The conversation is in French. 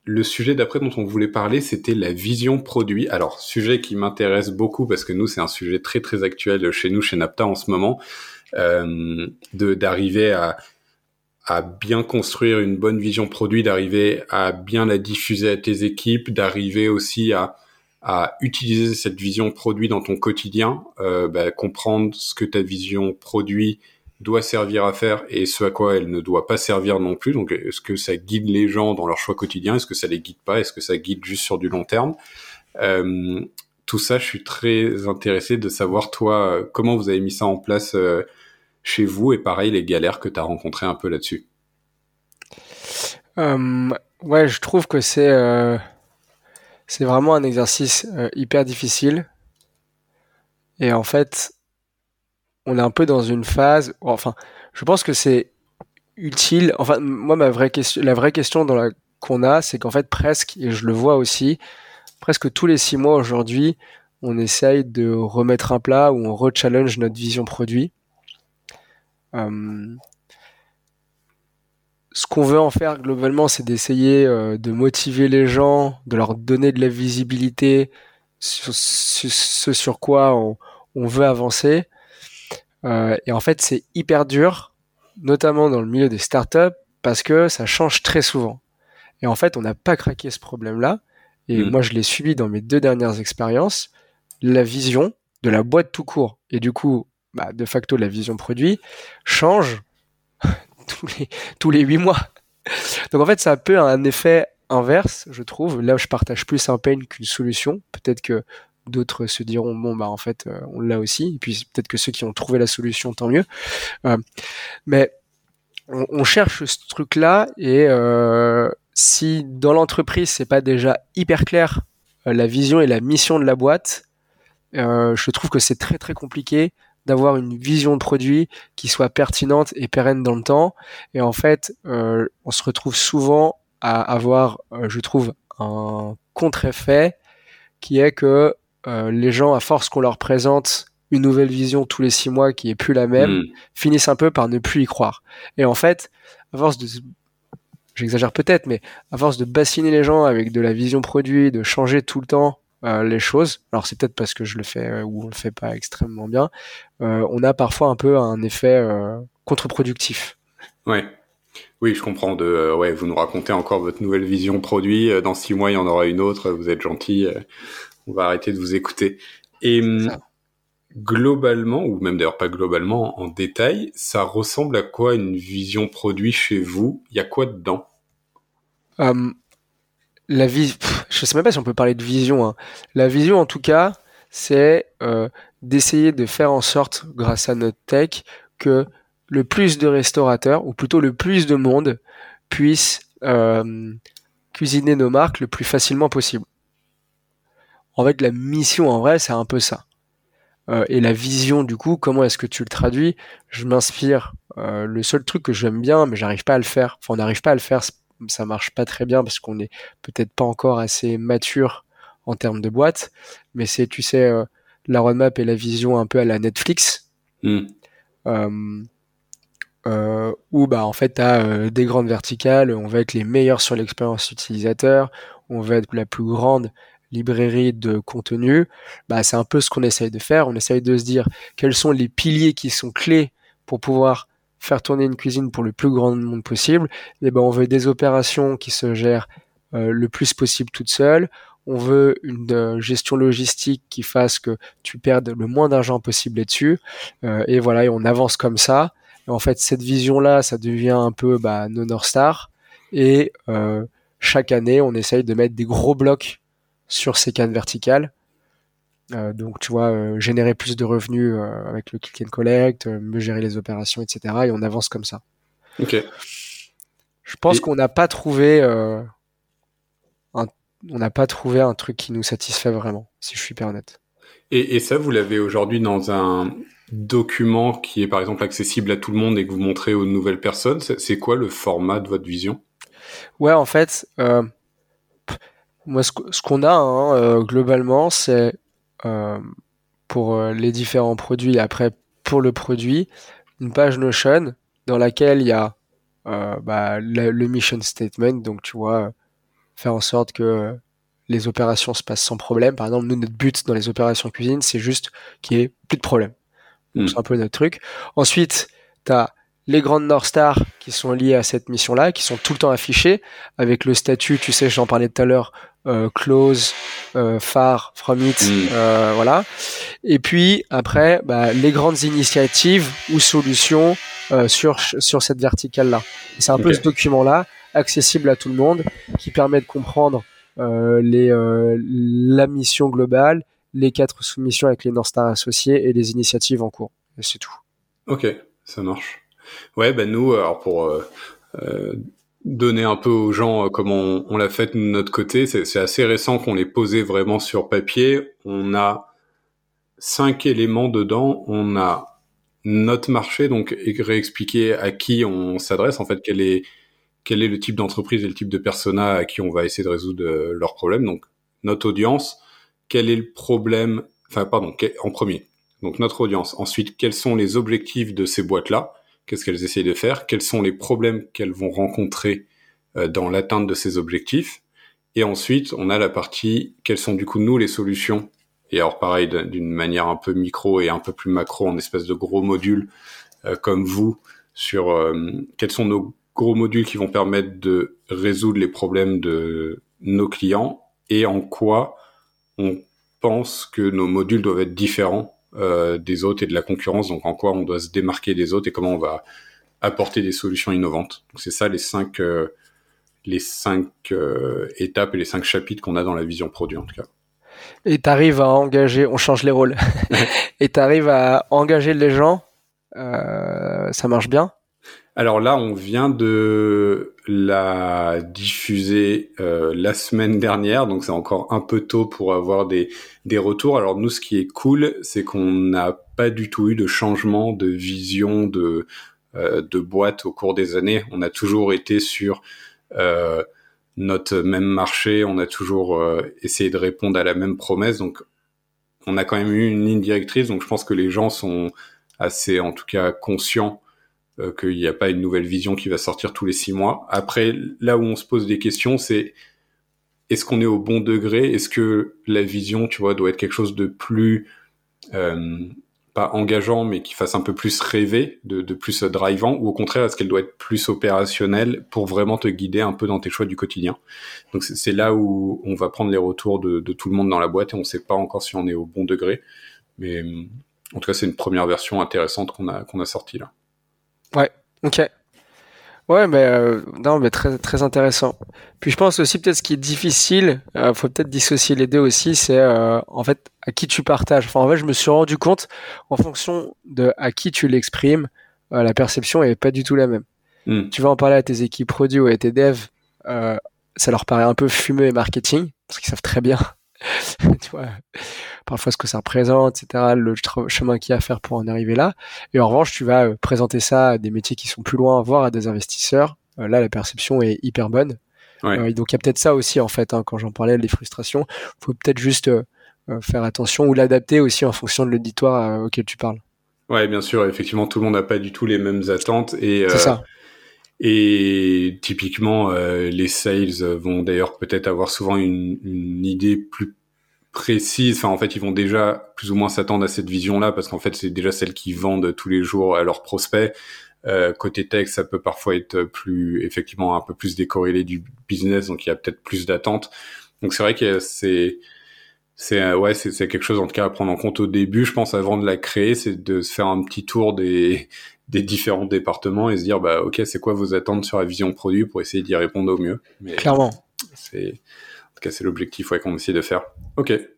le sujet d'après dont on voulait parler, c'était la vision produit. Alors, sujet qui m'intéresse beaucoup parce que nous, c'est un sujet très très actuel chez nous, chez Napta en ce moment, d'arriver à bien construire une bonne vision produit, d'arriver à bien la diffuser à tes équipes, d'arriver aussi à utiliser cette vision produit dans ton quotidien, comprendre ce que ta vision produit doit servir à faire et ce à quoi elle ne doit pas servir non plus. Donc, est-ce que ça guide les gens dans leurs choix quotidiens? Est-ce que ça les guide pas? Est-ce que ça guide juste sur du long terme? Tout ça, je suis très intéressé de savoir, toi, comment vous avez mis ça en place chez vous et pareil, les galères que tu as rencontrées un peu là-dessus. Ouais, je trouve que c'est vraiment un exercice hyper difficile. Et en fait, on est un peu dans une phase. Enfin, je pense que c'est utile. Enfin, moi, la vraie question qu'on a, c'est qu'en fait, presque, et je le vois aussi, presque tous les 6 mois aujourd'hui, on essaye de remettre un plat ou on re-challenge notre vision produit. Ce qu'on veut en faire globalement, c'est d'essayer de motiver les gens, de leur donner de la visibilité sur ce sur quoi on veut avancer. Et en fait, c'est hyper dur, notamment dans le milieu des startups, parce que ça change très souvent. Et en fait, on n'a pas craqué ce problème-là. Et moi, je l'ai subi dans mes 2 dernières expériences. La vision de la boîte tout court, et du coup, de facto, la vision produit, change tous les 8 mois. Donc en fait, ça a un peu un effet inverse, je trouve. Là, je partage plus un pain qu'une solution. Peut-être que d'autres se diront, bon, en fait, on l'a aussi. Et puis peut-être que ceux qui ont trouvé la solution, tant mieux. Mais on cherche ce truc-là et si dans l'entreprise, c'est pas déjà hyper clair la vision et la mission de la boîte, je trouve que c'est très très compliqué d'avoir une vision de produit qui soit pertinente et pérenne dans le temps. Et en fait, on se retrouve souvent à avoir, je trouve, un contre-effet qui est que les gens, à force qu'on leur présente une nouvelle vision tous les 6 mois qui est plus la même, finissent un peu par ne plus y croire. Et en fait, à force de j'exagère peut-être, mais à force de bassiner les gens avec de la vision produit, de changer tout le temps les choses, alors c'est peut-être parce que je le fais ou on le fait pas extrêmement bien, on a parfois un peu un effet contre-productif. Ouais. Oui, je comprends. Vous nous racontez encore votre nouvelle vision produit. Dans 6 mois, il y en aura une autre. Vous êtes gentil. On va arrêter de vous écouter. Et globalement, ou même d'ailleurs pas globalement, en détail, ça ressemble à quoi une vision produit chez vous? Il y a quoi dedans? Je sais même pas si on peut parler de vision, hein. La vision, en tout cas, c'est d'essayer de faire en sorte, grâce à notre tech, que le plus de restaurateurs, ou plutôt le plus de monde, puissent cuisiner nos marques le plus facilement possible. En fait, la mission, en vrai, c'est un peu ça. Et la vision, du coup, comment est-ce que tu le traduis? Je m'inspire. Le seul truc que j'aime bien, mais j'arrive pas à le faire, enfin, on n'arrive pas à le faire, ça marche pas très bien parce qu'on est peut-être pas encore assez mature en termes de boîte, mais c'est, tu sais, la roadmap et la vision un peu à la Netflix, où en fait t'as des grandes verticales, on va être les meilleurs sur l'expérience utilisateur, on va être la plus grande librairie de contenu. C'est un peu ce qu'on essaye de faire. On essaye de se dire quels sont les piliers qui sont clés pour pouvoir faire tourner une cuisine pour le plus grand nombre possible. Et on veut des opérations qui se gèrent le plus possible toutes seules. On veut une gestion logistique qui fasse que tu perdes le moins d'argent possible là-dessus. Et voilà, et on avance comme ça. Et en fait, cette vision-là, ça devient un peu nos North Star. Et chaque année, on essaye de mettre des gros blocs sur ces cannes verticales. Donc, tu vois, générer plus de revenus avec le click and collect, mieux gérer les opérations, etc. Et on avance comme ça. Ok. Je pense qu'on n'a pas trouvé un truc qui nous satisfait vraiment, si je suis hyper honnête. Et ça, vous l'avez aujourd'hui dans un document qui est par exemple accessible à tout le monde et que vous montrez aux nouvelles personnes. C'est quoi le format de votre vision? Ouais, en fait, moi, ce qu'on a globalement, c'est pour les différents produits. Après, pour le produit, une page Notion dans laquelle il y a le mission statement. Donc, tu vois, faire en sorte que les opérations se passent sans problème. Par exemple, nous, notre but dans les opérations cuisine, c'est juste qu'il y ait plus de problème. Donc, c'est un peu notre truc. Ensuite, tu as les grandes North Stars qui sont liées à cette mission-là, qui sont tout le temps affichées, avec le statut, tu sais, j'en parlais tout à l'heure, close, far, from it, voilà. Et puis, après, les grandes initiatives ou solutions sur cette verticale-là. Et c'est un peu ce document-là, accessible à tout le monde, qui permet de comprendre la mission globale, les 4 sous-missions avec les North Stars associés et les initiatives en cours. Et c'est tout. Ok, ça marche. Ouais, nous, alors pour donner un peu aux gens comment on l'a fait de notre côté, c'est assez récent qu'on l'ait posé vraiment sur papier. On a 5 éléments dedans. On a notre marché, donc réexpliquer à qui on s'adresse, en fait, quel est le type d'entreprise et le type de persona à qui on va essayer de résoudre leurs problèmes. Donc, notre audience, quel est le problème, en premier. Donc, notre audience. Ensuite, quels sont les objectifs de ces boîtes-là? Qu'est-ce qu'elles essayent de faire? Quels sont les problèmes qu'elles vont rencontrer dans l'atteinte de ces objectifs? Et ensuite, on a la partie, quelles sont du coup, nous, les solutions? Et alors, pareil, d'une manière un peu micro et un peu plus macro, en espèce de gros modules, comme vous, sur quels sont nos gros modules qui vont permettre de résoudre les problèmes de nos clients et en quoi on pense que nos modules doivent être différents des autres et de la concurrence, donc en quoi on doit se démarquer des autres et comment on va apporter des solutions innovantes. Donc c'est ça les cinq étapes et les 5 chapitres qu'on a dans la vision produit en tout cas. Et t'arrives à engager, on change les rôles, et t'arrives à engager les gens, ça marche bien? Alors là, on vient de la diffuser la semaine dernière, donc c'est encore un peu tôt pour avoir des retours. Alors nous, ce qui est cool, c'est qu'on n'a pas du tout eu de changement de vision de boîte au cours des années. On a toujours été sur notre même marché, on a toujours essayé de répondre à la même promesse. Donc on a quand même eu une ligne directrice, donc je pense que les gens sont assez, en tout cas, conscients qu'il n'y a pas une nouvelle vision qui va sortir tous les 6 mois. Après, là où on se pose des questions, c'est est-ce qu'on est au bon degré? Est-ce que la vision, tu vois, doit être quelque chose de plus pas engageant, mais qui fasse un peu plus rêver, de plus drivant, ou au contraire, est-ce qu'elle doit être plus opérationnelle pour vraiment te guider un peu dans tes choix du quotidien? Donc c'est là où on va prendre les retours de tout le monde dans la boîte et on ne sait pas encore si on est au bon degré, mais en tout cas, c'est une première version intéressante qu'on a sortie là. Ouais, ok. Ouais, non, mais très, très intéressant. Puis je pense aussi peut-être ce qui est difficile, faut peut-être dissocier les deux aussi, c'est en fait à qui tu partages. Enfin, en fait, je me suis rendu compte, en fonction de à qui tu l'exprimes, la perception est pas du tout la même. Tu vas en parler à tes équipes produits ou à tes devs, ça leur paraît un peu fumeux et marketing, parce qu'ils savent très bien, tu vois, parfois ce que ça représente, etc., le chemin qu'il y a à faire pour en arriver là. Et en revanche, tu vas présenter ça à des métiers qui sont plus loin, voire à des investisseurs. Là, la perception est hyper bonne. Ouais. Donc, il y a peut-être ça aussi, en fait, quand j'en parlais, les frustrations. Il faut peut-être juste faire attention ou l'adapter aussi en fonction de l'auditoire auquel tu parles. Ouais, bien sûr. Effectivement, tout le monde n'a pas du tout les mêmes attentes. Et, c'est ça. Et typiquement, les sales vont d'ailleurs peut-être avoir souvent une idée plus précise. Enfin, en fait, ils vont déjà plus ou moins s'attendre à cette vision-là parce qu'en fait, c'est déjà celle qu'ils vendent tous les jours à leurs prospects. Côté tech, ça peut parfois être effectivement un peu plus décorrélé du business, donc il y a peut-être plus d'attentes. Donc c'est vrai que c'est quelque chose en tout cas à prendre en compte au début, je pense, avant de la créer, c'est de se faire un petit tour des différents départements et se dire ok, c'est quoi vos attentes sur la vision produit pour essayer d'y répondre au mieux. Mais clairement. En tout cas, c'est l'objectif qu'on essaie de faire. Ok.